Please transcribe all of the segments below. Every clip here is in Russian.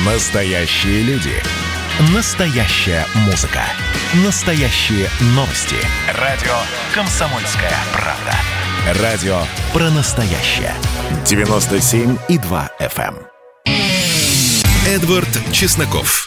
Настоящие люди. Настоящая музыка. Настоящие новости. Радио «Комсомольская правда». Радио про настоящее. 97,2 FM. Эдвард Чесноков.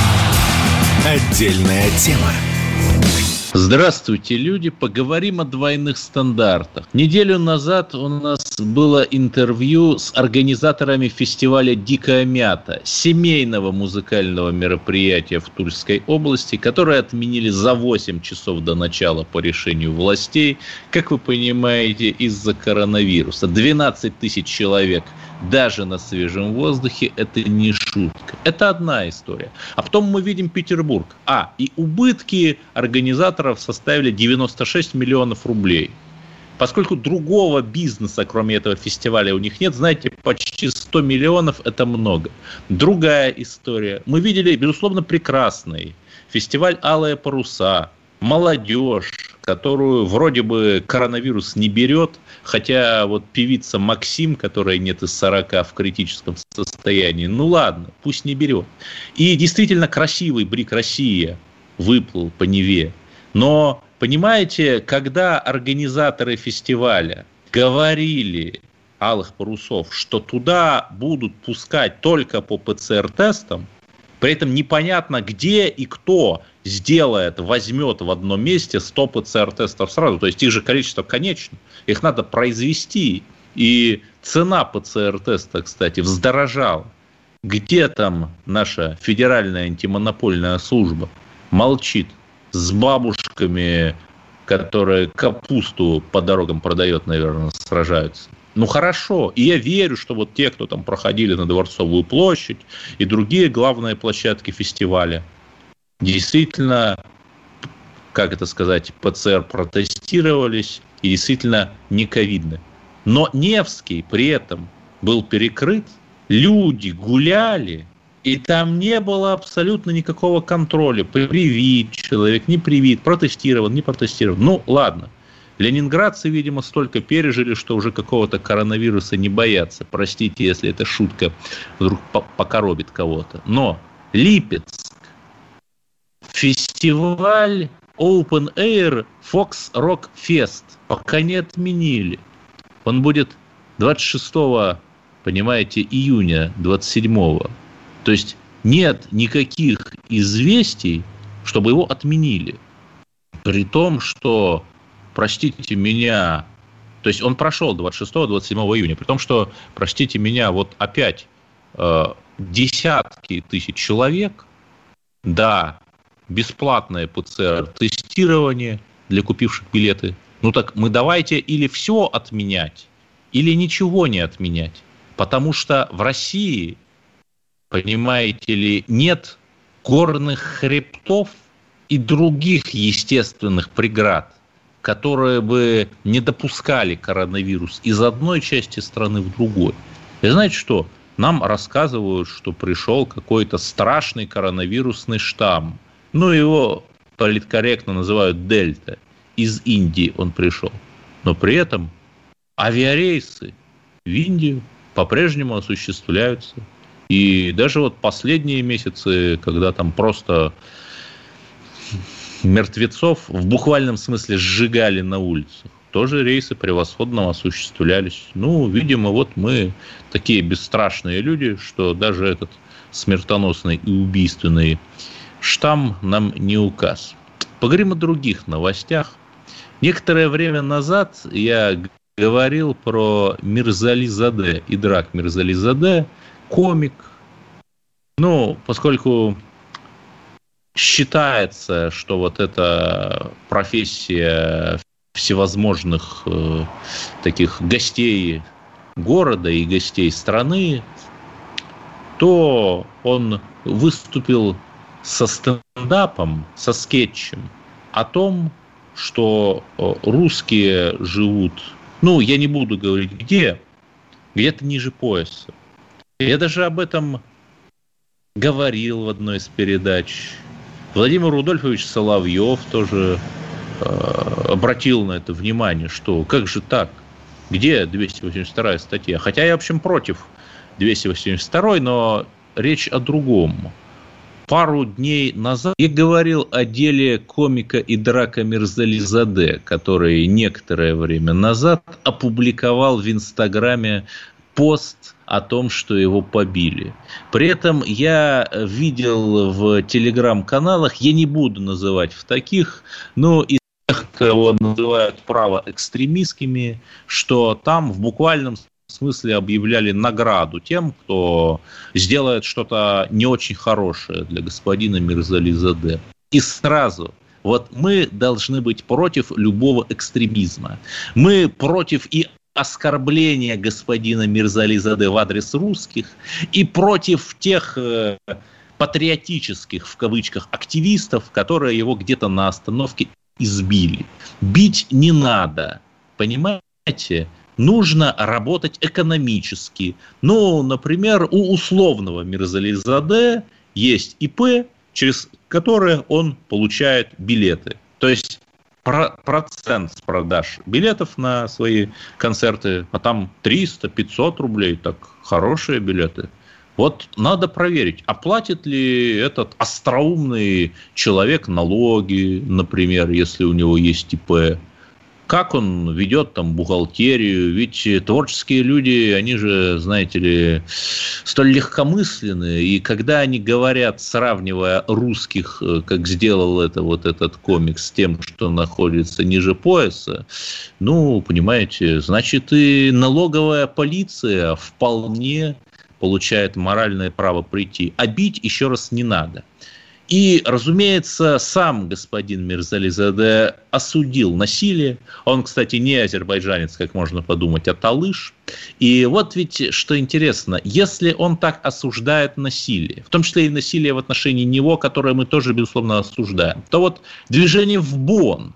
Отдельная тема. Здравствуйте, люди. Поговорим о двойных стандартах. Неделю назад у нас было интервью с организаторами фестиваля «Дикая мята», семейного музыкального мероприятия в Тульской области, которое отменили за 8 часов до начала по решению властей, как вы понимаете, из-за коронавируса. 12 тысяч человек даже на свежем воздухе – это не шутка. Это одна история. А потом мы видим Петербург. И убытки организаторов составили 96 миллионов рублей. Поскольку другого бизнеса, кроме этого фестиваля, у них нет, знаете, почти 100 миллионов – это много. Другая история. Мы видели, безусловно, прекрасный фестиваль «Алые паруса», молодежь, которую вроде бы коронавирус не берет, хотя вот певица Максим, которой нет из 40 в критическом состоянии, ну ладно, пусть не берет. И действительно красивый Брик Россия выплыл по Неве. Но, понимаете, когда организаторы фестиваля говорили «Алых парусов», что туда будут пускать только по ПЦР-тестам, при этом непонятно, где и кто возьмет в одном месте 100 ПЦР-тестов сразу. То есть их же количество конечно. Их надо произвести. И цена ПЦР-теста, кстати, вздорожала. Где там наша федеральная антимонопольная служба? Молчит. С бабушками, которые капусту по дорогам продают, наверное, сражаются. Ну хорошо, и я верю, что вот те, кто там проходили на Дворцовую площадь и другие главные площадки фестиваля, действительно, ПЦР протестировались и действительно не ковидны. Но Невский при этом был перекрыт, люди гуляли, и там не было абсолютно никакого контроля. Привит человек, не привит, протестирован, не протестирован. Ну ладно. Ленинградцы, видимо, столько пережили, что уже какого-то коронавируса не боятся. Простите, если эта шутка вдруг покоробит кого-то. Но Липецк. Фестиваль Open Air Fox Rock Fest пока не отменили. Он будет 26, понимаете, июня, 27. То есть нет никаких известий, чтобы его отменили. При том, что... Простите меня, то есть он прошел 26-27 июня, при том, что, простите меня, вот опять десятки тысяч человек, да, бесплатное ПЦР-тестирование для купивших билеты. Ну так мы давайте или все отменять, или ничего не отменять, потому что в России, понимаете ли, нет горных хребтов и других естественных преград, которые бы не допускали коронавирус из одной части страны в другой. И знаете что? Нам рассказывают, что пришел какой-то страшный коронавирусный штамм. Ну, его политкорректно называют Дельта. Из Индии он пришел. Но при этом авиарейсы в Индию по-прежнему осуществляются. И даже вот последние месяцы, когда там просто... мертвецов в буквальном смысле сжигали на улицах. Тоже рейсы превосходно осуществлялись. Ну, видимо, вот мы такие бесстрашные люди, что даже этот смертоносный и убийственный штамм нам не указ. Поговорим о других новостях. Некоторое время назад я говорил про Мирзализаде, Идрак Мирзализаде, комик. Ну, поскольку... считается, что вот эта профессия всевозможных таких гостей города и гостей страны, то он выступил со стендапом, со скетчем о том, что русские живут, ну, я не буду говорить где-то ниже пояса. Я даже об этом говорил в одной из передач. Владимир Рудольфович Соловьев тоже обратил на это внимание, что как же так, где 282 статья? Хотя я, в общем, против 282, но речь о другом. Пару дней назад я говорил о деле комика Идрака Мирзализаде, который некоторое время назад опубликовал в Инстаграме пост о том, что его побили. При этом я видел в телеграм-каналах, я не буду называть в таких, но из тех, кого называют правоэкстремистскими, что там в буквальном смысле объявляли награду тем, кто сделает что-то не очень хорошее для господина Мирзализаде. И сразу, вот мы должны быть против любого экстремизма. Мы против и оскорбления господина Мирзализаде в адрес русских, и против тех патриотических, в кавычках, активистов, которые его где-то на остановке избили. Бить не надо, понимаете? Нужно работать экономически. Ну, например, у условного Мирзализаде есть ИП, через которое он получает билеты. То есть процент с продаж билетов на свои концерты, а там 300-500 рублей, так хорошие билеты. Вот надо проверить, оплатит ли этот остроумный человек налоги, например, если у него есть ИП, как он ведет там бухгалтерию, ведь творческие люди, они же, знаете ли, столь легкомысленные, и когда они говорят, сравнивая русских, как сделал это вот этот комик, с тем, что находится ниже пояса, ну, понимаете, значит, и налоговая полиция вполне получает моральное право прийти. А бить еще раз не надо. И, разумеется, сам господин Мирзализаде осудил насилие. Он, кстати, не азербайджанец, как можно подумать, а талыш. И вот ведь, что интересно, если он так осуждает насилие, в том числе и насилие в отношении него, которое мы тоже, безусловно, осуждаем, то вот движение в Бонн,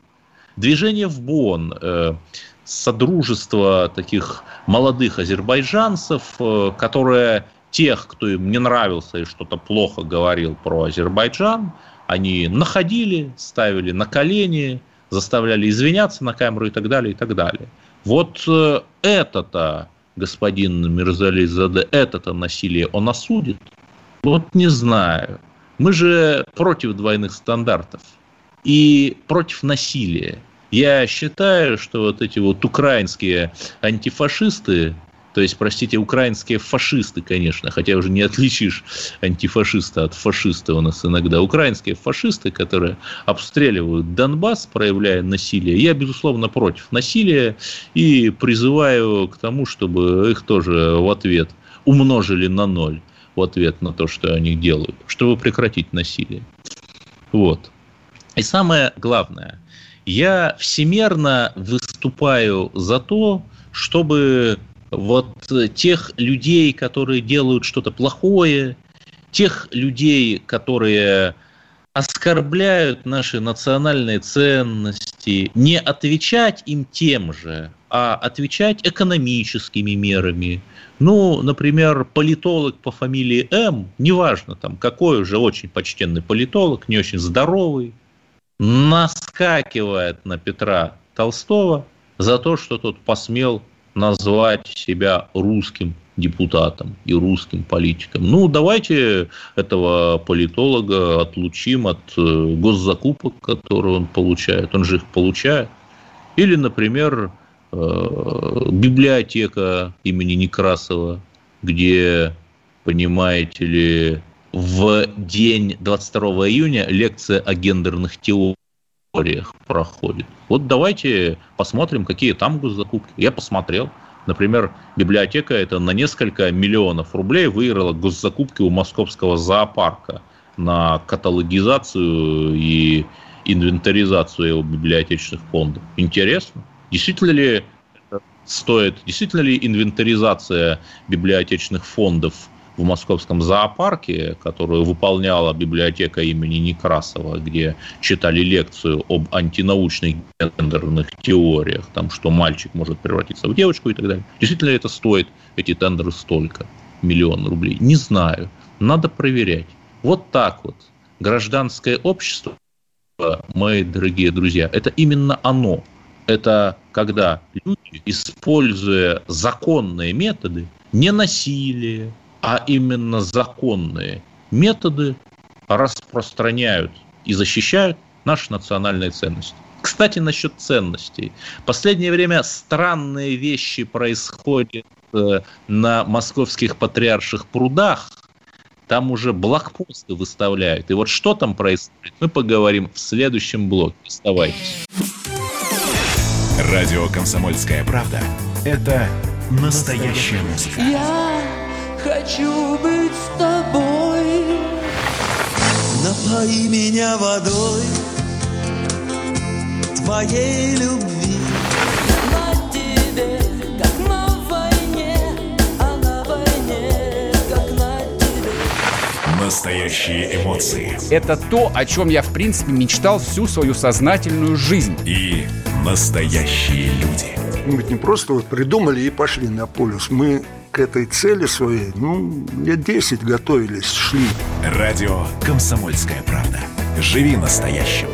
содружество таких молодых азербайджанцев, которые... Тех, кто им не нравился и что-то плохо говорил про Азербайджан, они находили, ставили на колени, заставляли извиняться на камеру и так далее, и так далее. Вот это-то, господин Мирзализаде, это-то насилие он осудит? Вот не знаю. Мы же против двойных стандартов и против насилия. Я считаю, что вот эти вот украинские антифашисты, то есть, простите, украинские фашисты, конечно, хотя уже не отличишь антифашиста от фашиста у нас иногда. Украинские фашисты, которые обстреливают Донбасс, проявляя насилие. Я, безусловно, против насилия и призываю к тому, чтобы их тоже в ответ умножили на 0 в ответ на то, что они делают, чтобы прекратить насилие. Вот. И самое главное, я всемерно выступаю за то, чтобы... Вот тех людей, которые делают что-то плохое, тех людей, которые оскорбляют наши национальные ценности, не отвечать им тем же, а отвечать экономическими мерами. Ну, например, политолог по фамилии М, неважно там какой уже очень почтенный политолог, не очень здоровый, наскакивает на Петра Толстого за то, что тот посмел назвать себя русским депутатом и русским политиком. Ну, давайте этого политолога отлучим от госзакупок, которые он получает. Он же их получает. Или, например, библиотека имени Некрасова, где, понимаете ли, в день 22 июня лекция о гендерных теориях проходит. Вот давайте посмотрим, какие там госзакупки. Я посмотрел. Например, библиотека это на несколько миллионов рублей выиграла госзакупки у московского зоопарка на каталогизацию и инвентаризацию его библиотечных фондов. Интересно. Действительно ли инвентаризация библиотечных фондов в московском зоопарке, которую выполняла библиотека имени Некрасова, где читали лекцию об антинаучных гендерных теориях, там, что мальчик может превратиться в девочку и так далее. Действительно ли это стоит, эти тендеры, столько, 1 миллион рублей? Не знаю. Надо проверять. Вот так вот. Гражданское общество, мои дорогие друзья, это именно оно. Это когда люди, используя законные методы, не насилие, а именно законные методы распространяют и защищают наши национальные ценности. Кстати, насчет ценностей. В последнее время странные вещи происходят на московских Патриарших прудах. Там уже блокпосты выставляют. И вот что там происходит, мы поговорим в следующем блоке. Оставайтесь. Радио «Комсомольская правда» – это настоящая музыка. Я хочу быть с тобой. Напои меня водой твоей любви. На тебе, как на войне, а на войне, как на тебе. Настоящие эмоции. Это то, о чем я, в принципе, мечтал всю свою сознательную жизнь. И настоящие люди. Мы ведь не просто вот придумали и пошли на полюс. Мы к этой цели своей, лет 10 готовились, шли. Радио «Комсомольская правда». Живи настоящим.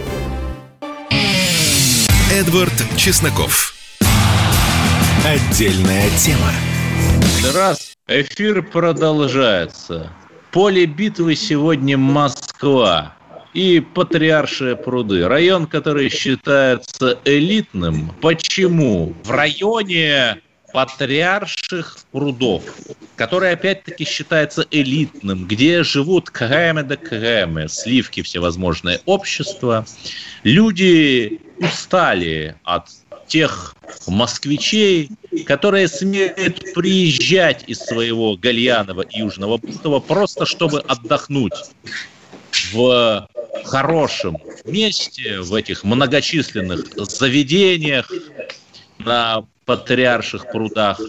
Эдвард Чесноков. Отдельная тема. Здравствуйте. Эфир продолжается. Поле битвы сегодня Москва и Патриаршие пруды. Район, который считается элитным. Почему? В районе Патриарших прудов, который опять-таки считается элитным, где живут крème de crème, сливки всевозможные общества, люди устали от тех москвичей, которые смеют приезжать из своего Гальянова и Южного Бутова просто чтобы отдохнуть в хорошем месте, в этих многочисленных заведениях на Патриарших прудах.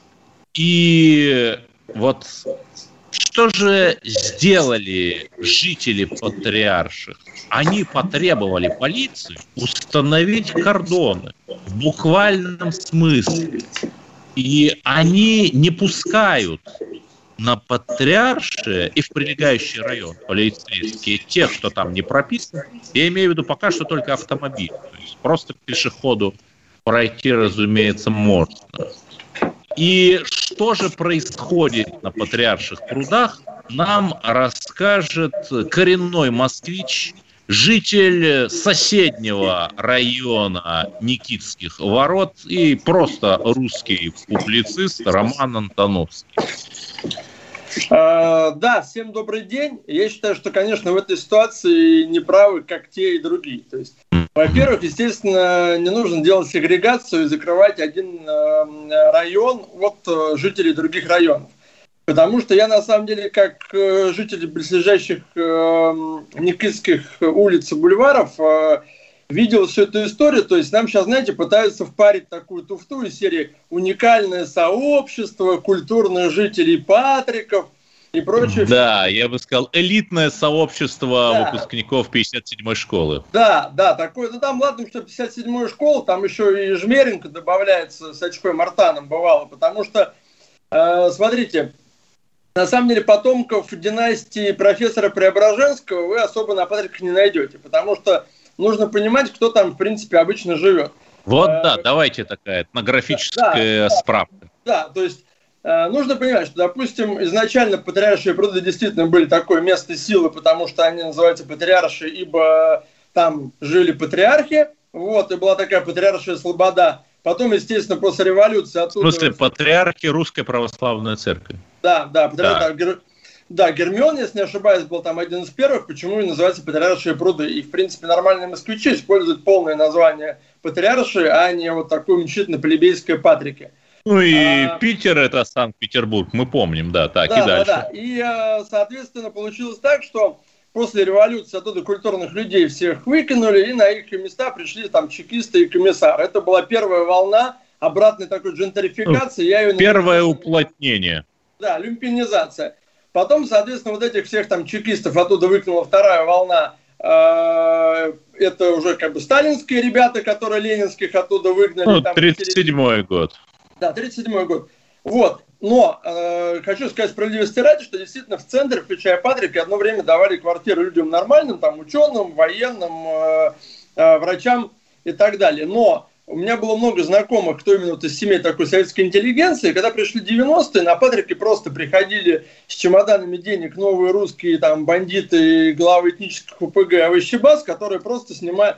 И вот что же сделали жители Патриарших? Они потребовали полиции установить кордоны в буквальном смысле. И они не пускают на Патриаршие и в прилегающий район полицейские тех, кто там не прописан. Я имею в виду пока что только автомобиль. То есть просто пешеходу пройти, разумеется, можно. И что же происходит на Патриарших прудах, нам расскажет коренной москвич, житель соседнего района Никитских ворот и просто русский публицист Роман Антоновский. Да, всем добрый день. Я считаю, что, конечно, в этой ситуации неправы как те и другие. То есть, во-первых, естественно, не нужно делать сегрегацию и закрывать один район от жителей других районов. Потому что я, на самом деле, как житель близлежащих Никитских улиц и бульваров, видел всю эту историю. То есть нам сейчас, знаете, пытаются впарить такую туфту из серии «Уникальное сообщество культурных жителей Патриков» и прочее. Да, я бы сказал, элитное сообщество выпускников 57-й школы. Да, такое. Ну там, ладно, что 57-ю школу, там еще и Жмеренко добавляется с очкой Мартаном бывало. Потому что, смотрите, на самом деле потомков династии профессора Преображенского вы особо на Патриках не найдете. Потому что нужно понимать, кто там, в принципе, обычно живет. Вот, да, давайте такая этнографическая справка. Да, то есть нужно понимать, что, допустим, изначально Патриаршие пруды действительно были такое место силы, потому что они называются Патриарши, ибо там жили патриархи, вот, и была такая Патриаршая слобода. Потом, естественно, после революции оттуда... В смысле, патриархи Русской Православной Церкви. Да, Гермион, если не ошибаюсь, был там один из первых, почему и называется Патриаршие пруды. И, в принципе, нормальные москвичи используют полное название Патриарши, а не вот такое мучительно плебейское Патрики. Ну и Питер — это Санкт-Петербург, мы помним, да, так, и дальше. Да. И, соответственно, получилось так, что после революции оттуда культурных людей всех выкинули, и на их места пришли там чекисты и комиссары. Это была первая волна обратной такой джентрификации. Первое уплотнение. Да, люмпинизация. Потом, соответственно, вот этих всех там чекистов оттуда выкинула вторая волна. Это уже как бы сталинские ребята, которые ленинских оттуда выгнали. 37-й год. Да, 37-й год. Вот. Но хочу сказать справедливости ради, что действительно в центре, включая Патрики, одно время давали квартиры людям нормальным, там, ученым, военным, врачам и так далее. Но у меня было много знакомых, кто именно вот из семей такой советской интеллигенции. Когда пришли 90-е, на Патрике просто приходили с чемоданами денег новые русские там бандиты, главы этнических ОПГ, овощебаз, которые просто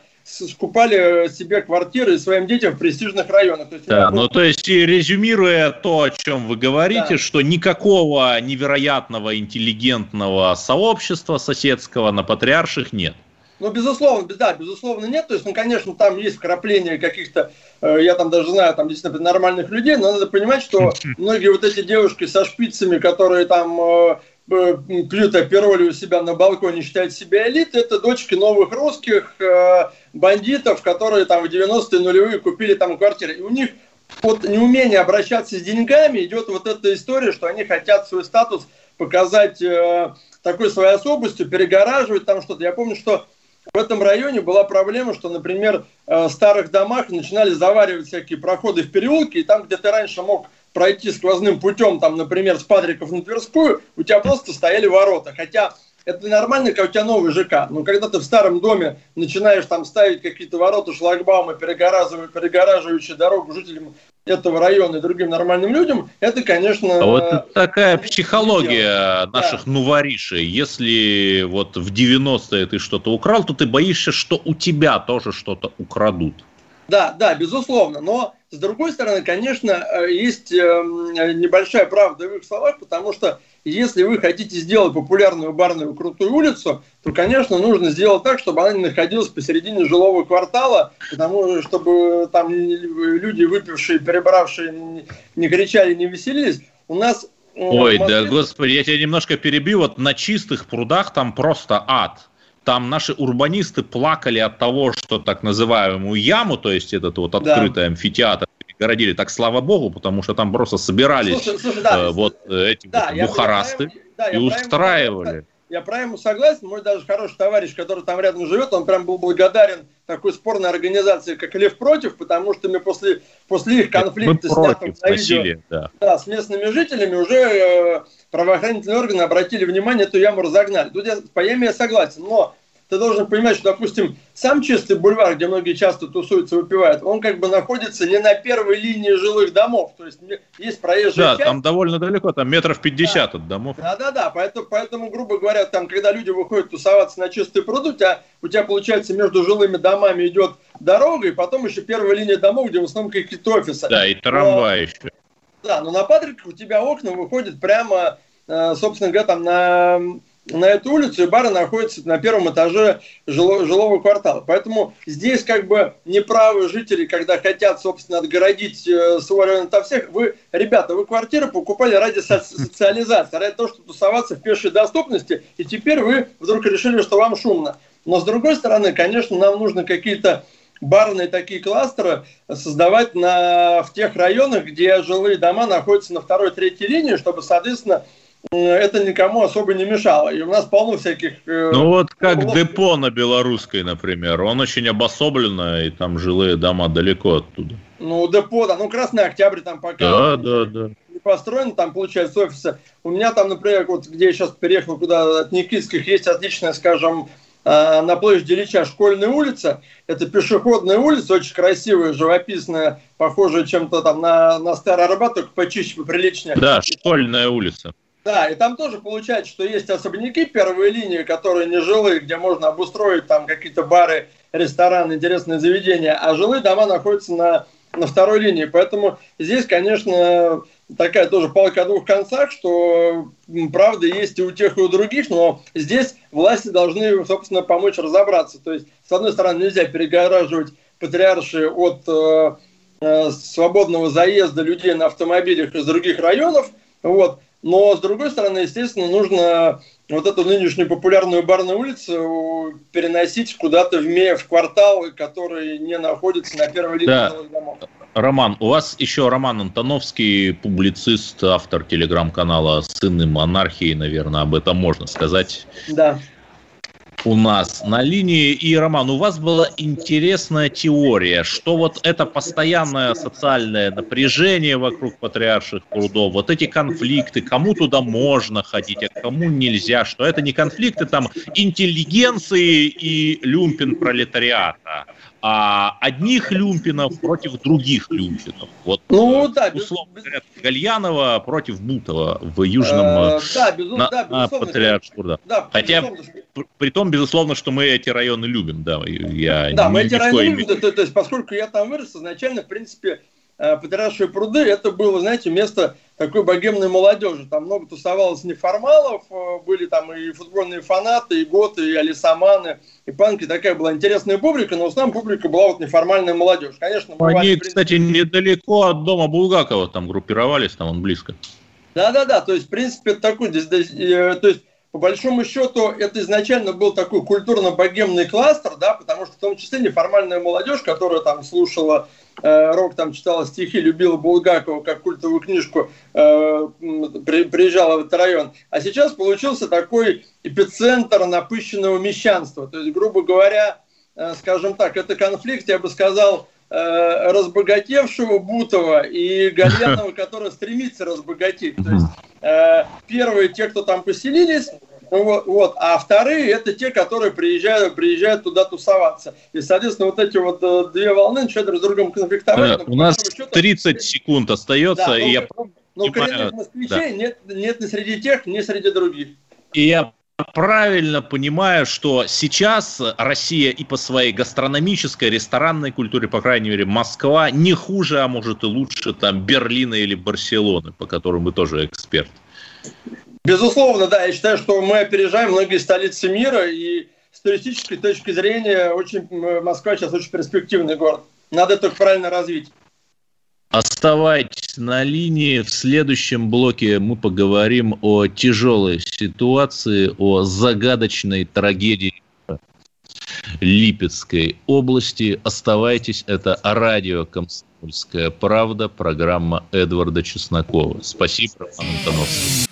скупали себе квартиры своим детям в престижных районах. То есть, то есть, резюмируя то, о чем вы говорите, что никакого невероятного интеллигентного сообщества соседского на Патриарших нет. Ну, безусловно, нет. То есть, конечно, там есть вкрапления каких-то, я там даже знаю, там действительно нормальных людей, но надо понимать, что многие вот эти девушки со шпицами, которые там пьют апероли у себя на балконе, считают себя элитой, это дочки новых русских бандитов, которые там в 90-е нулевые купили там квартиры. И у них от неумения обращаться с деньгами идет вот эта история, что они хотят свой статус показать такой своей особостью, перегораживать там что-то. Я помню, что в этом районе была проблема, что, например, в старых домах начинали заваривать всякие проходы в переулке, и там, где ты раньше мог пройти сквозным путем, там, например, с Патриков на Тверскую, у тебя просто стояли ворота. Хотя это нормально, когда у тебя новый ЖК. Но когда ты в старом доме начинаешь там ставить какие-то ворота, шлагбаумы, перегораживающие дорогу жителям этого района и другим нормальным людям, это, конечно... Вот такая психология наших новоришей. Если вот в 90-е ты что-то украл, то ты боишься, что у тебя тоже что-то украдут. Да, безусловно. Но, с другой стороны, конечно, есть небольшая правда в их словах, потому что если вы хотите сделать популярную барную крутую улицу, то, конечно, нужно сделать так, чтобы она не находилась посередине жилого квартала, потому что чтобы там люди, выпившие, перебравшие, не кричали, не веселились. У нас... Ой, да, господи, я тебя немножко перебью. Вот на Чистых прудах там просто ад. Там наши урбанисты плакали от того, что так называемую яму, то есть этот вот открытый амфитеатр, перегородили. Так слава богу, потому что там просто собирались эти бухарасты и устраивали. Я про ему согласен. Мой даже хороший товарищ, который там рядом живет, он прям был благодарен такой спорной организации, как Лев против, потому что мы после их конфликта с местными жителями уже правоохранительные органы обратили внимание, эту яму разогнали. Тут по яме я согласен, но ты должен понимать, что, допустим, сам Чистый бульвар, где многие часто тусуются, выпивают, он как бы находится не на первой линии жилых домов. То есть есть проезжая часть. Там довольно далеко, там метров 50 от домов. Да. Поэтому, грубо говоря, там, когда люди выходят тусоваться на Чистые пруды, у тебя, получается, между жилыми домами идет дорога, и потом еще первая линия домов, где в основном какие-то офисы. Да, и трамвай еще. Да, но на Патриках у тебя окна выходят прямо, собственно говоря, там на эту улицу, и бары находятся на первом этаже жилого квартала. Поэтому здесь как бы неправы жители, когда хотят, собственно, отгородить свой район от всех. Ребята, вы квартиры покупали ради социализации, ради того, чтобы тусоваться в пешей доступности, и теперь вы вдруг решили, что вам шумно. Но с другой стороны, конечно, нам нужно какие-то барные такие кластеры создавать в тех районах, где жилые дома находятся на 2-3 линии, чтобы, соответственно, это никому особо не мешало. И у нас полно всяких... как депо на Белорусской, например. Он очень обособленно, и там жилые дома далеко оттуда. Депо, Красный Октябрь там пока не построен, там, получается, офисы. У меня там, например, вот где я сейчас переехал, куда от Никитских, есть отличная, скажем, на площади Ильича Школьная улица. Это пешеходная улица, очень красивая, живописная, похожая чем-то там на Старый Арбат, только почище, поприличнее. Да, Школьная улица. Да, и там тоже получается, что есть особняки первой линии, которые не жилые, где можно обустроить там какие-то бары, рестораны, интересные заведения, а жилые дома находятся на второй линии. Поэтому здесь, конечно, такая тоже палка о двух концах, что правда есть и у тех, и у других, но здесь власти должны, собственно, помочь разобраться. То есть, с одной стороны, нельзя перегораживать Патриаршие от свободного заезда людей на автомобилях из других районов, но, с другой стороны, естественно, нужно вот эту нынешнюю популярную барную улицу переносить куда-то в квартал, который не находится на первой линии жилых домов. Роман, у вас еще Роман Антоновский, публицист, автор телеграм-канала «Сыны монархии», наверное, об этом можно сказать. Да. У нас на линии. И, Роман, у вас была интересная теория, что вот это постоянное социальное напряжение вокруг Патриарших прудов, вот эти конфликты, кому туда можно ходить, а кому нельзя, что это не конфликты там интеллигенции и люмпен-пролетариата, одних люмпинов против других люмпинов. Вот, условно говоря, Гальянова против Бутова в Южном Патриарших. Хотя, притом, безусловно, что мы эти районы любим. Мы эти районы любим. То есть, поскольку я там вырос, изначально, в принципе, Патриаршие пруды, это было, знаете, место такой богемной молодежи. Там много тусовалось неформалов, были там и футбольные фанаты, и готы, и алисаманы, и панки. Такая была интересная публика, но в основном публика была вот неформальная молодежь. Конечно, они, кстати, недалеко от дома Булгакова там группировались, там он близко. Да, то есть, в принципе, это такой, то есть, по большому счету, это изначально был такой культурно-богемный кластер, да, потому что в том числе неформальная молодежь, которая там слушала рок, там читала стихи, любила Булгакова как культовую книжку, приезжала в этот район. А сейчас получился такой эпицентр напыщенного мещанства. То есть, грубо говоря, скажем так, это конфликт, я бы сказал, разбогатевшего Бутова и Гальянова, который стремится разбогатеть. То есть первые те, кто там поселились, а вторые это те, которые приезжают туда тусоваться. И, соответственно, вот эти вот две волны начинают друг с другом конфликтовать. У нас 30 секунд остается, и я коренных москвичей нет ни среди тех, ни среди других. И я правильно понимаю, что сейчас Россия и по своей гастрономической, ресторанной культуре, по крайней мере, Москва не хуже, а может и лучше там Берлина или Барселоны, по которым вы тоже эксперт. Безусловно, да. Я считаю, что мы опережаем многие столицы мира, и с туристической точки зрения Москва сейчас очень перспективный город. Надо это правильно развить. Оставайтесь на линии. В следующем блоке мы поговорим о тяжелой ситуации, о загадочной трагедии Липецкой области. Оставайтесь. Это радио «Комсомольская правда», программа Эдварда Чеснокова. Спасибо, Роман Антоновский.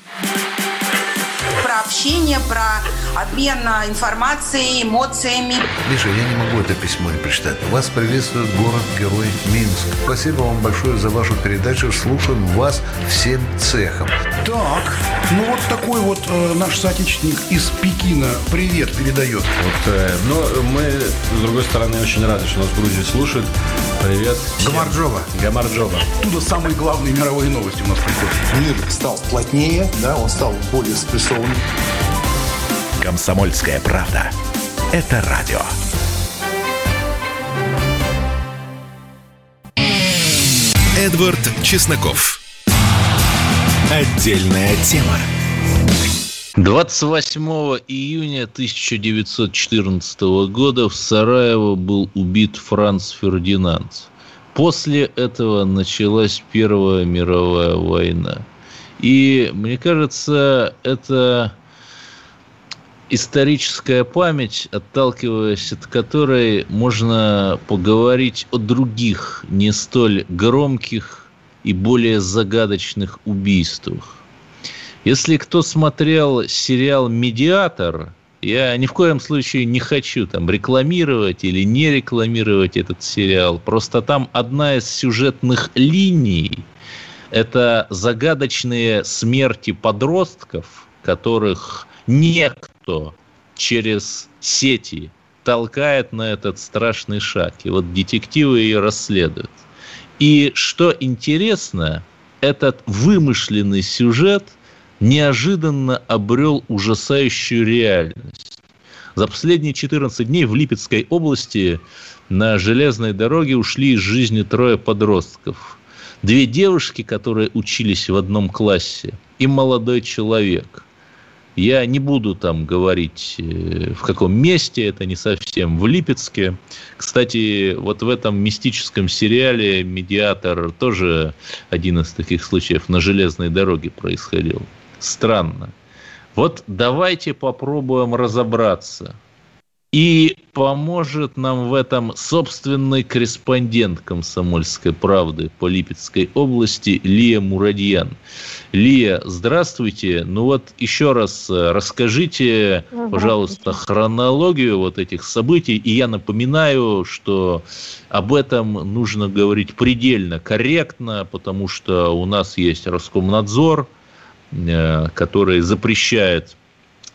Про общение, про обмен информацией, эмоциями. Миша, я не могу это письмо не прочитать. Вас приветствует город-герой Минск. Спасибо вам большое за вашу передачу. Слушаем вас всем цехом. Так, вот такой вот наш соотечественник из Пекина привет передает. Но мы, с другой стороны, очень рады, что нас в Грузии слушают. Привет. Гамарджоба. Оттуда самые главные мировые новости у нас приходят. Мир стал плотнее, да, он стал более спрессованным. «Комсомольская правда». Это радио. Эдвард Чесноков. Отдельная тема. 28 июня 1914 года в Сараево был убит Франц Фердинанд. После этого началась Первая мировая война. И, мне кажется, это историческая память, отталкиваясь от которой можно поговорить о других, не столь громких и более загадочных убийствах. Если кто смотрел сериал «Медиатор», я ни в коем случае не хочу там рекламировать или не рекламировать этот сериал. Просто там одна из сюжетных линий – это загадочные смерти подростков, которых некто через сети толкает на этот страшный шаг. И вот детективы ее расследуют. И что интересно, этот вымышленный сюжет неожиданно обрел ужасающую реальность. За последние 14 дней в Липецкой области на железной дороге ушли из жизни 3 подростков. 2 девушки, которые учились в одном классе, и молодой человек. Я не буду там говорить, в каком месте, это не совсем в Липецке. Кстати, вот в этом мистическом сериале «Медиатор» тоже один из таких случаев на железной дороге происходил. Странно. Вот давайте попробуем разобраться. И поможет нам в этом собственный корреспондент «Комсомольской правды» по Липецкой области Лия Мурадьян. Лия, здравствуйте. Ну вот еще раз расскажите, пожалуйста, хронологию вот этих событий. И я напоминаю, что об этом нужно говорить предельно корректно, потому что у нас есть Роскомнадзор, который запрещает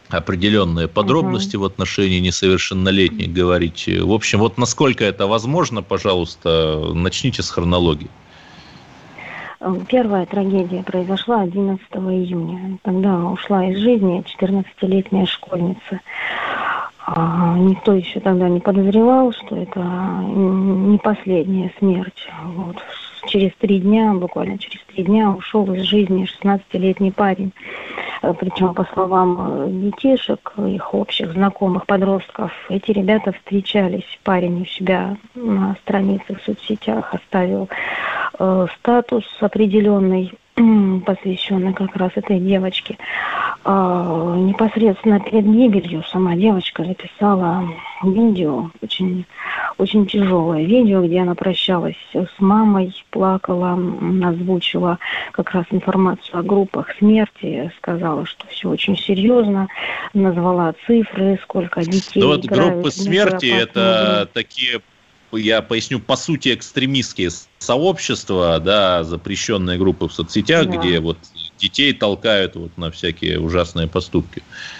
определенные подробности в отношении несовершеннолетних говорить. В общем, вот насколько это возможно, пожалуйста, начните с хронологии. Первая трагедия произошла 11 июня. Тогда ушла из жизни 14-летняя школьница. Никто еще тогда не подозревал, что это не последняя смерть. Вот. Буквально через 3 дня ушел из жизни 16-летний парень. Причем, по словам детишек, их общих знакомых подростков, эти ребята встречались. Парень у себя на странице в соцсетях оставил статус определенный, посвященный как раз этой девочке. Непосредственно перед гибелью сама девочка записала видео, очень, очень тяжелое видео, где она прощалась с мамой, плакала, озвучила как раз информацию о группах смерти, сказала, что все очень серьезно, назвала цифры, сколько детей. Ну вот группы смерти — это такие, я поясню, по сути, экстремистские сообщества, да, запрещенные группы в соцсетях, да, где вот детей толкают вот на всякие ужасные поступки.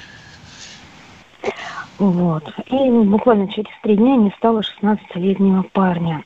Вот. И буквально через 3 дня не стало 16-летнего парня.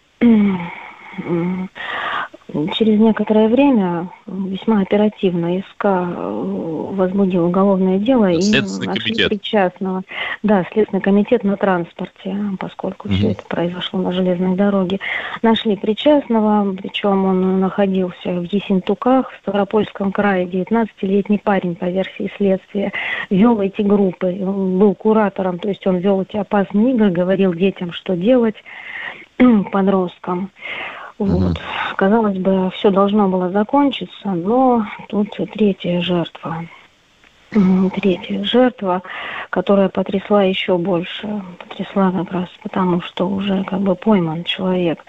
Через некоторое время весьма оперативно СК возбудил уголовное дело и нашли причастного. Да, Следственный комитет на транспорте, поскольку все это произошло на железной дороге. Нашли причастного, причем он находился в Ессентуках, в Ставропольском крае. 19-летний парень, по версии следствия, вел эти группы. Он был куратором, то есть он вел эти опасные игры, говорил детям, что делать, подросткам. Вот. Казалось бы, все должно было закончиться, но тут третья жертва. Третья жертва, которая потрясла еще больше. Потрясла как раз потому, что уже как бы пойман человек.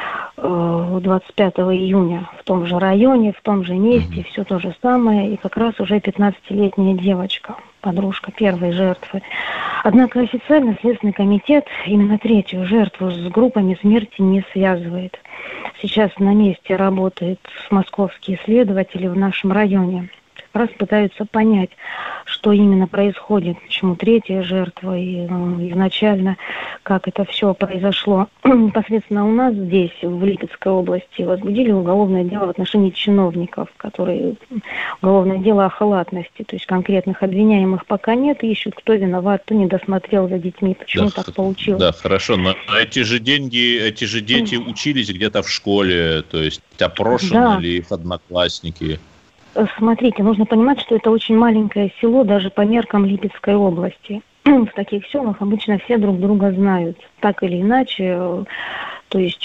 25 июня в том же районе, в том же месте, все то же самое. И как раз уже 15-летняя девочка, подружка первой жертвы. Однако официально Следственный комитет именно третью жертву с группами смерти не связывает. Сейчас на месте работают московские следователи в нашем районе. Как раз пытаются понять, что именно происходит, почему третья жертва и изначально, как это все произошло. Непосредственно у нас здесь, в Липецкой области, возбудили уголовное дело в отношении чиновников, которые уголовное дело о халатности, то есть конкретных обвиняемых пока нет, ищут, кто виноват, кто не досмотрел за детьми, почему так получилось. Да, хорошо, но эти же дети учились где-то в школе, то есть опрошены ли их одноклассники? Смотрите, нужно понимать, что это очень маленькое село, даже по меркам Липецкой области. В таких селах обычно все друг друга знают, так или иначе. То есть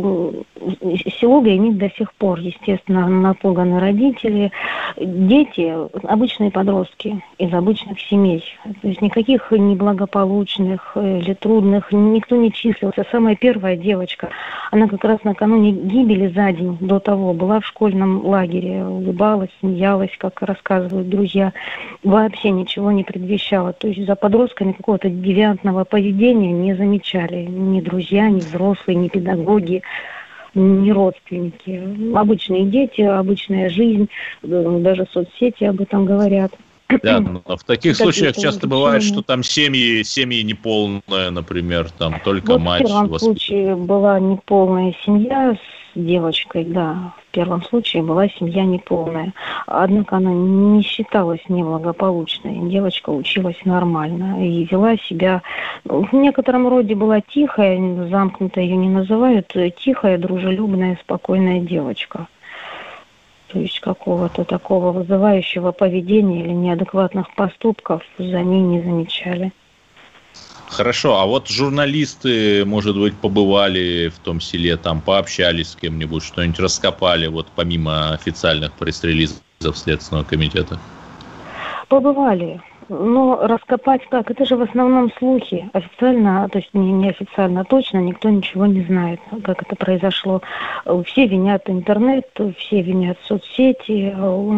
село гремит до сих пор, естественно, напуганы родители. Дети, обычные подростки из обычных семей. То есть никаких неблагополучных или трудных никто не числился. Самая первая девочка, она как раз накануне гибели за день до того была в школьном лагере, улыбалась, смеялась, как рассказывают друзья. Вообще ничего не предвещало. То есть за подростками какого-то девиантного поведения не замечали ни друзья, ни взрослые, ни педагоги, ни родственники. Обычные дети, обычная жизнь, даже соцсети об этом говорят. Да, но в таких случаях часто бывает, что там семьи неполные, например, там только вот мать. В первом случае была неполная семья с девочкой, да. В первом случае была семья неполная. Однако она не считалась неблагополучной. Девочка училась нормально и вела себя... В некотором роде была тихая, замкнутая ее не называют, тихая, дружелюбная, спокойная девочка. То есть какого-то такого вызывающего поведения или неадекватных поступков за ней не замечали. Хорошо, а вот журналисты, может быть, побывали в том селе, там пообщались с кем-нибудь, что-нибудь раскопали, вот помимо официальных пресс-релизов Следственного комитета? Побывали. Но раскопать как? Это же в основном слухи. Официально, то есть неофициально точно, никто ничего не знает, как это произошло. Все винят интернет, все винят соцсети.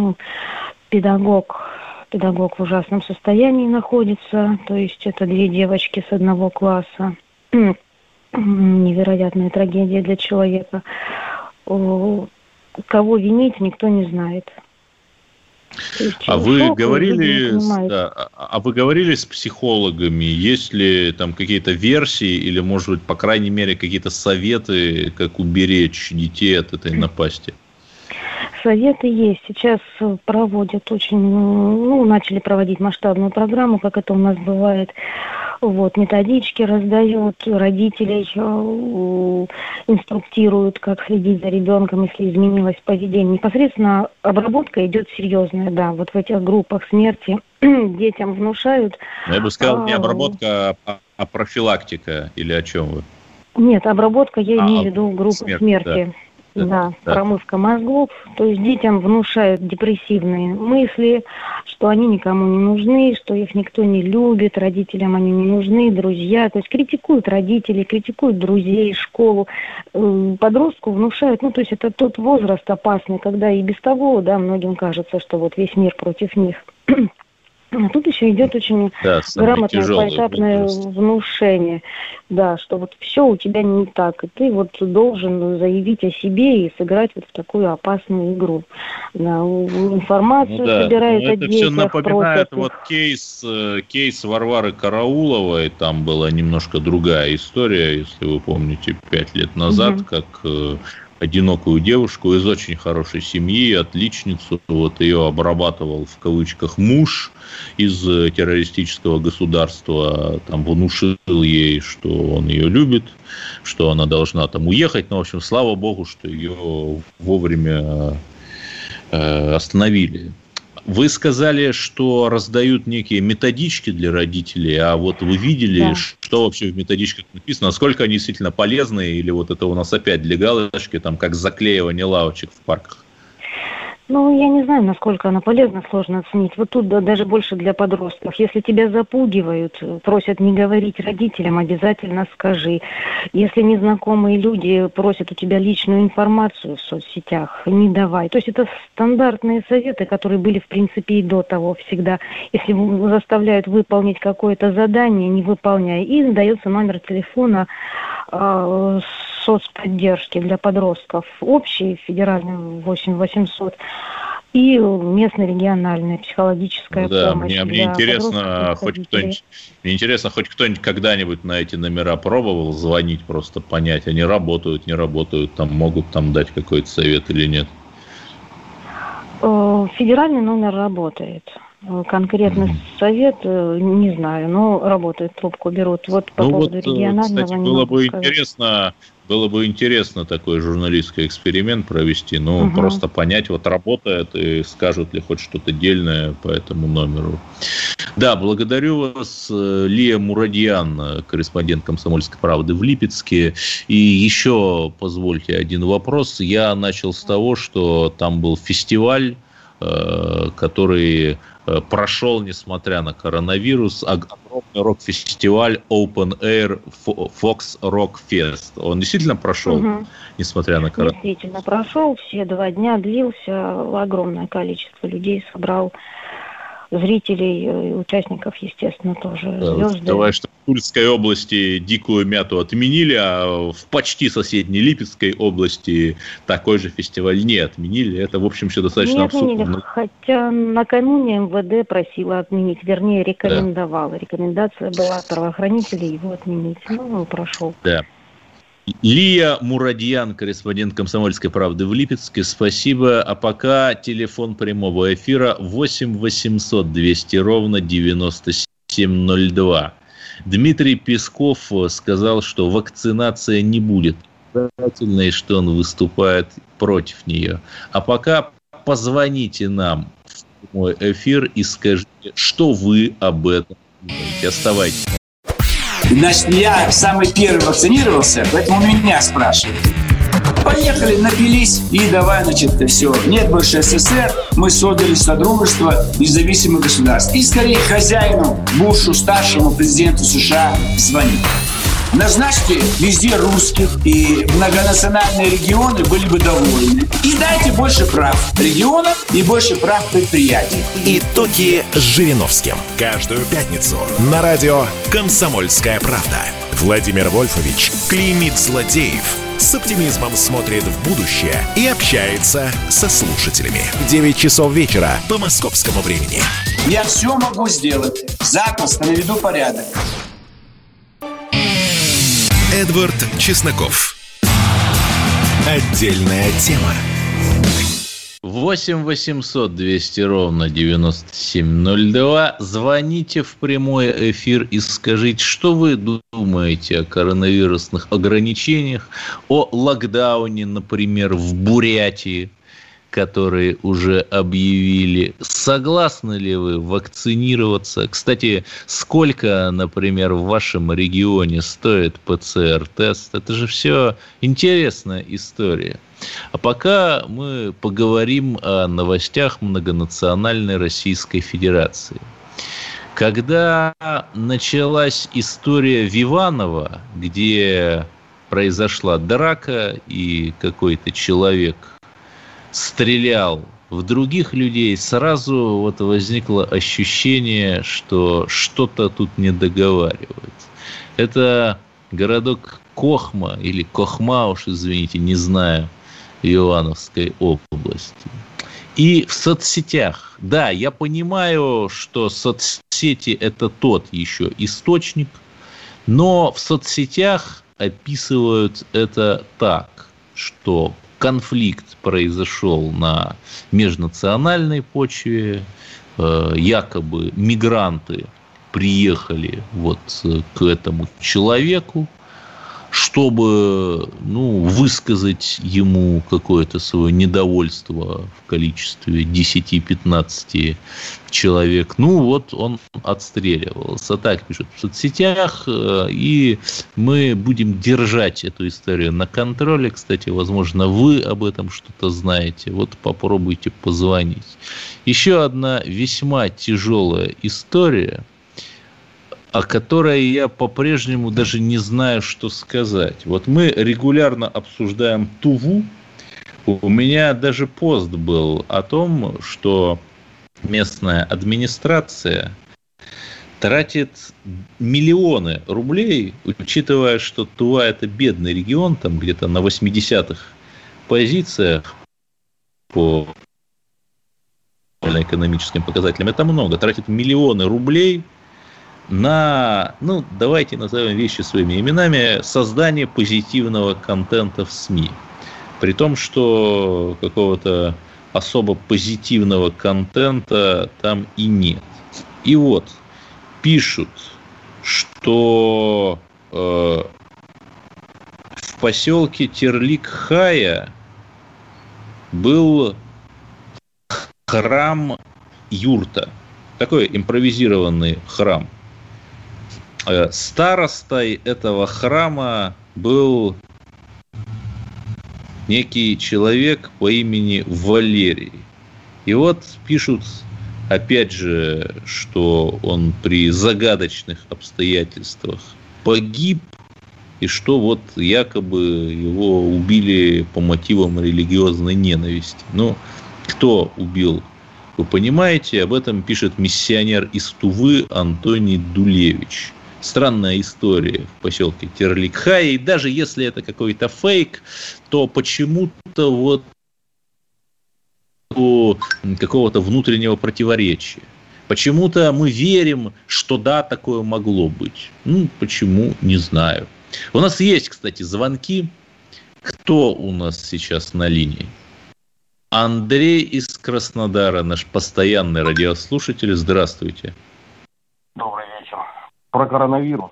Педагог в ужасном состоянии находится. То есть это 2 девочки с одного класса. Невероятная трагедия для человека. Кого винить, никто не знает. А вы говорили с психологами, есть ли там какие-то версии или, может быть, по крайней мере, какие-то советы, как уберечь детей от этой напасти? Советы есть. Сейчас проводят начали проводить масштабную программу, как это у нас бывает. Методички раздают, родителей инструктируют, как следить за ребенком, если изменилось поведение. Непосредственно обработка идет серьезная, да. В этих группах смерти детям внушают. Я бы сказал, не обработка, а профилактика, или о чем вы? Нет, обработка, я имею в виду группу смерти. Да, промывка мозгов. То есть детям внушают депрессивные мысли, что они никому не нужны, что их никто не любит, родителям они не нужны, друзья. То есть критикуют родителей, критикуют друзей, школу. Подростку внушают, то есть это тот возраст опасный, когда и без того, многим кажется, что весь мир против них. А тут еще идет очень грамотное, поэтапное внушение, что все у тебя не так, и ты должен заявить о себе и сыграть в такую опасную игру. Информацию собирают о детях. Это все напоминает кейс Варвары Карауловой, там была немножко другая история, если вы помните, 5 лет назад, как одинокую девушку из очень хорошей семьи, отличницу, ее обрабатывал в кавычках муж из террористического государства, внушил ей, что он ее любит, что она должна уехать, в общем, слава богу, что ее вовремя остановили. Вы сказали, что раздают некие методички для родителей, а вы видели, что вообще в методичках написано, насколько они действительно полезны, или это у нас опять для галочки, как заклеивание лавочек в парках? Я не знаю, насколько она полезна, сложно оценить. Тут даже больше для подростков. Если тебя запугивают, просят не говорить родителям, обязательно скажи. Если незнакомые люди просят у тебя личную информацию в соцсетях, не давай. То есть это стандартные советы, которые были, в принципе, и до того всегда. Если заставляют выполнить какое-то задание, не выполняй. И дается номер телефона соцподдержки для подростков. Общий, федеральный 8800. И местная региональная психологическая помощь. Мне интересно, хоть кто-нибудь когда-нибудь на эти номера пробовал звонить, просто понять, они работают, не работают, могут дать какой-то совет или нет? Федеральный номер работает. Конкретный совет не знаю, но работает, трубку берут. По поводу регионального... Кстати, было бы интересно такой журналистский эксперимент провести, просто понять, работает и скажут ли хоть что-то дельное по этому номеру. Да, благодарю вас, Лия Мурадьян, корреспондент «Комсомольской правды» в Липецке. И еще позвольте один вопрос. Я начал с того, что там был фестиваль, который прошел, несмотря на коронавирус, огромный рок-фестиваль Open Air Fox Rock Fest. Он действительно прошел, несмотря на коронавирус? Действительно прошел, все 2 дня длился, огромное количество людей собрал, зрителей, участников, естественно, тоже звезды. Давай, что в Тульской области дикую мяту отменили, а в почти соседней Липецкой области такой же фестиваль не отменили. Это, в общем, все достаточно абсурдно. Хотя накануне МВД просила отменить, вернее, рекомендовала. Рекомендация была от правоохранителей его отменить. Он прошел. Да. Лия Мурадьян, корреспондент «Комсомольской правды» в Липецке. Спасибо. А пока телефон прямого эфира 8 800 200 ровно 9702. Дмитрий Песков сказал, что вакцинация не будет обязательной, что он выступает против нее. А пока позвоните нам в прямой эфир и скажите, что вы об этом думаете. Оставайтесь. Значит, я самый первый вакцинировался, поэтому меня спрашивают. Поехали, напились и давай, все. Нет больше СССР, мы создали Содружество независимых государств. И скорее хозяину Бушу, старшему президенту США, звонить. Назначьте везде русских, и многонациональные регионы были бы довольны. И дайте больше прав регионам и больше прав предприятий. Итоги с Жириновским. Каждую пятницу на радио «Комсомольская правда». Владимир Вольфович клеймит злодеев с оптимизмом смотрит в будущее и общается со слушателями. 9 часов вечера по московскому времени. Я все могу сделать. Запросто наведу порядок. Эдвард Чесноков. Отдельная тема. 8 800 200 ровно 9702. Звоните в прямой эфир и скажите, что вы думаете о коронавирусных ограничениях, о локдауне, например, в Бурятии, которые уже объявили. Согласны ли вы вакцинироваться? Кстати, сколько, например, в вашем регионе стоит ПЦР-тест? Это же все интересная история. А пока мы поговорим о новостях многонациональной Российской Федерации. Когда началась история Виванова, где произошла драка и какой-то человек стрелял в других людей, сразу вот возникло ощущение, что что-то тут не договаривается. Это городок Кохма или Кохма, уж извините, не знаю, Ивановской области. И в соцсетях. Да, я понимаю, что соцсети – это тот еще источник, но в соцсетях описывают это так, что конфликт произошел на межнациональной почве, якобы мигранты приехали вот к этому человеку, чтобы, высказать ему какое-то свое недовольство в количестве 10-15 человек. Вот он отстреливался. Так пишут в соцсетях, и мы будем держать эту историю на контроле. Кстати, возможно, вы об этом что-то знаете. Вот попробуйте позвонить. Еще одна весьма тяжелая история, о которой я по-прежнему даже не знаю, что сказать. Вот мы регулярно обсуждаем Туву. У меня даже пост был о том, что местная администрация тратит миллионы рублей, учитывая, что Тува – это бедный регион, там где-то на 80-х позициях по экономическим показателям. Это много. Тратит миллионы рублей на, давайте назовем вещи своими именами, создание позитивного контента в СМИ. При том, что какого-то особо позитивного контента там и нет. И вот, пишут, что в поселке Терлик-Хая был храм юрта. Такой импровизированный храм. Старостой этого храма был некий человек по имени Валерий. И вот пишут, опять же, что он при загадочных обстоятельствах погиб, и что вот якобы его убили по мотивам религиозной ненависти. Кто убил, вы понимаете, об этом пишет миссионер из Тувы Антоний Дулевич. Странная история в поселке Терлик-Хая, и даже если это какой-то фейк, то почему-то вот какого-то внутреннего противоречия. Почему-то мы верим, что да, такое могло быть. Почему, не знаю. У нас есть, кстати, звонки. Кто у нас сейчас на линии? Андрей из Краснодара, наш постоянный радиослушатель. Здравствуйте. Добрый вечер. Про коронавирус.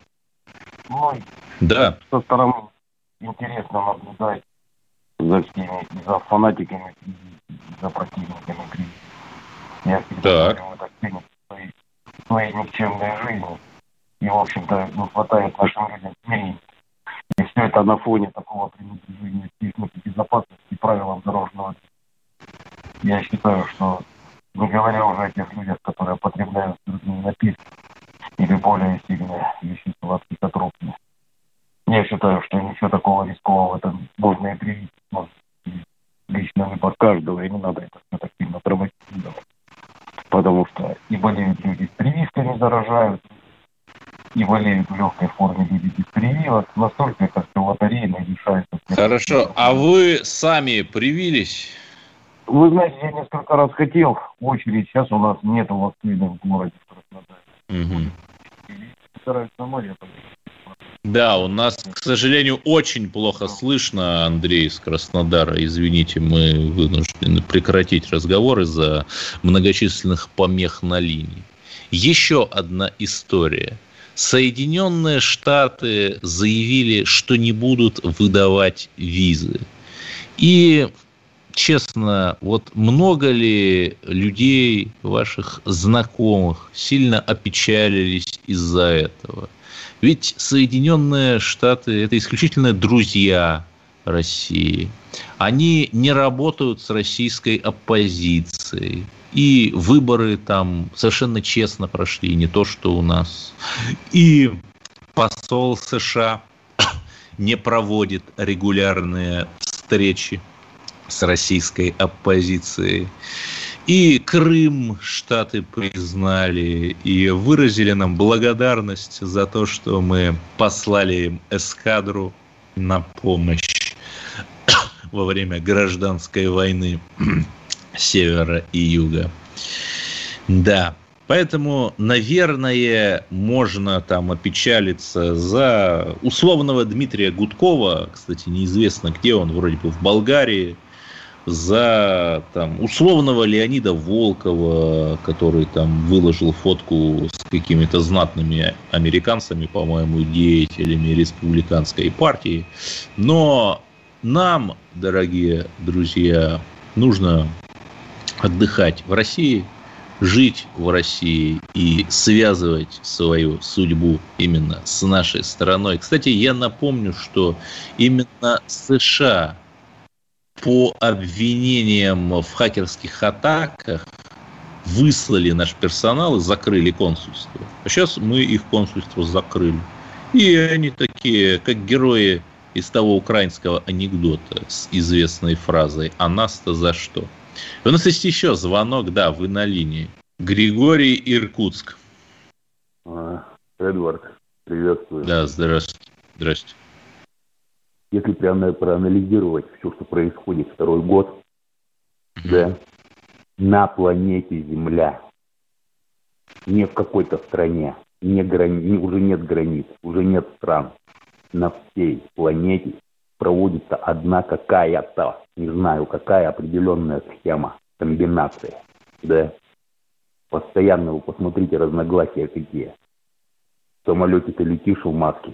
Да. Со стороны интересно наблюдать за всеми, за фанатиками, за противниками кризиса. Я всегда говорю, это своей никчемной жизни. И, в общем-то, не хватает нашим людям смирения. И все это на фоне такого пренебрежения техники безопасности и правилам дорожного движения. Я считаю, что, не говоря уже о тех людях, которые потребляют напитки или более сильные вещества психотропные, я считаю, что ничего такого рискового это можно и привить. Лично выбор каждого, и не надо это все так сильно драматизировать. Потому что и болеют люди с прививками, заражают, и болеют в легкой форме люди без прививок. Настолько это все лотерейно решается. Хорошо. А вы сами привились? Вы знаете, я несколько раз хотел в очередь. Сейчас у нас нет вакцины в городе Краснодаре. Стараюсь самой, я Да, у нас, к сожалению, очень плохо слышно, Андрей из Краснодара. Извините, мы вынуждены прекратить разговор из-за многочисленных помех на линии. Еще одна история. Соединенные Штаты заявили, что не будут выдавать визы. И, честно, вот много ли людей, ваших знакомых, сильно опечалились из-за этого? Ведь Соединенные Штаты – это исключительно друзья России. Они не работают с российской оппозицией. И выборы там совершенно честно прошли, не то, что у нас. И посол США не проводит регулярные встречи с российской оппозицией. И Крым Штаты признали и выразили нам благодарность за то, что мы послали им эскадру на помощь во время гражданской войны севера и юга. Да, поэтому, наверное, можно там опечалиться за условного Дмитрия Гудкова, кстати, неизвестно где он, вроде бы в Болгарии, за там условного Леонида Волкова, который там выложил фотку с какими-то знатными американцами, по-моему, деятелями республиканской партии. Но нам, дорогие друзья, нужно отдыхать в России, жить в России и связывать свою судьбу именно с нашей страной. Кстати, я напомню, что именно США по обвинениям в хакерских атаках выслали наш персонал и закрыли консульство. А сейчас мы их консульство закрыли. И они такие, как герои из того украинского анекдота с известной фразой «А нас-то за что?». У нас есть еще звонок, да, вы на линии. Григорий, Иркутск. Эдвард, приветствую. Да, здравствуйте. Здравствуйте. Если прямо проанализировать все, что происходит второй год, да, на планете Земля, не в какой-то стране, уже нет границ, уже нет стран, на всей планете проводится одна какая-то, не знаю, какая определенная схема, комбинация, да. Постоянно вы посмотрите, разногласия какие. В самолете ты летишь в маске,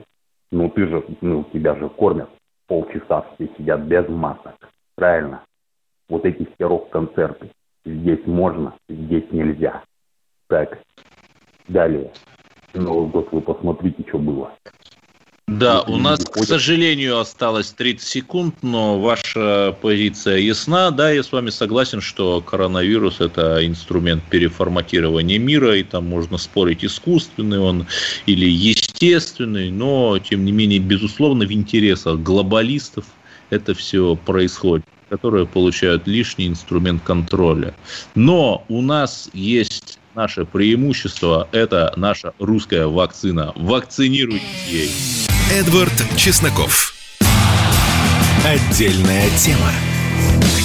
тебя же кормят. Полчаса все сидят без масок. Правильно? Вот эти все рок-концерты. Здесь можно, здесь нельзя. Так. Далее. Новый год вы посмотрите, что было. Да, у нас, к сожалению, осталось 30 секунд, но ваша позиция ясна. Да, я с вами согласен, что коронавирус – это инструмент переформатирования мира, и там можно спорить, искусственный он или естественный, но, тем не менее, безусловно, в интересах глобалистов это все происходит, которые получают лишний инструмент контроля. Но у нас есть наше преимущество – это наша русская вакцина. Вакцинируйтесь ей. Эдвард Чесноков. Отдельная тема.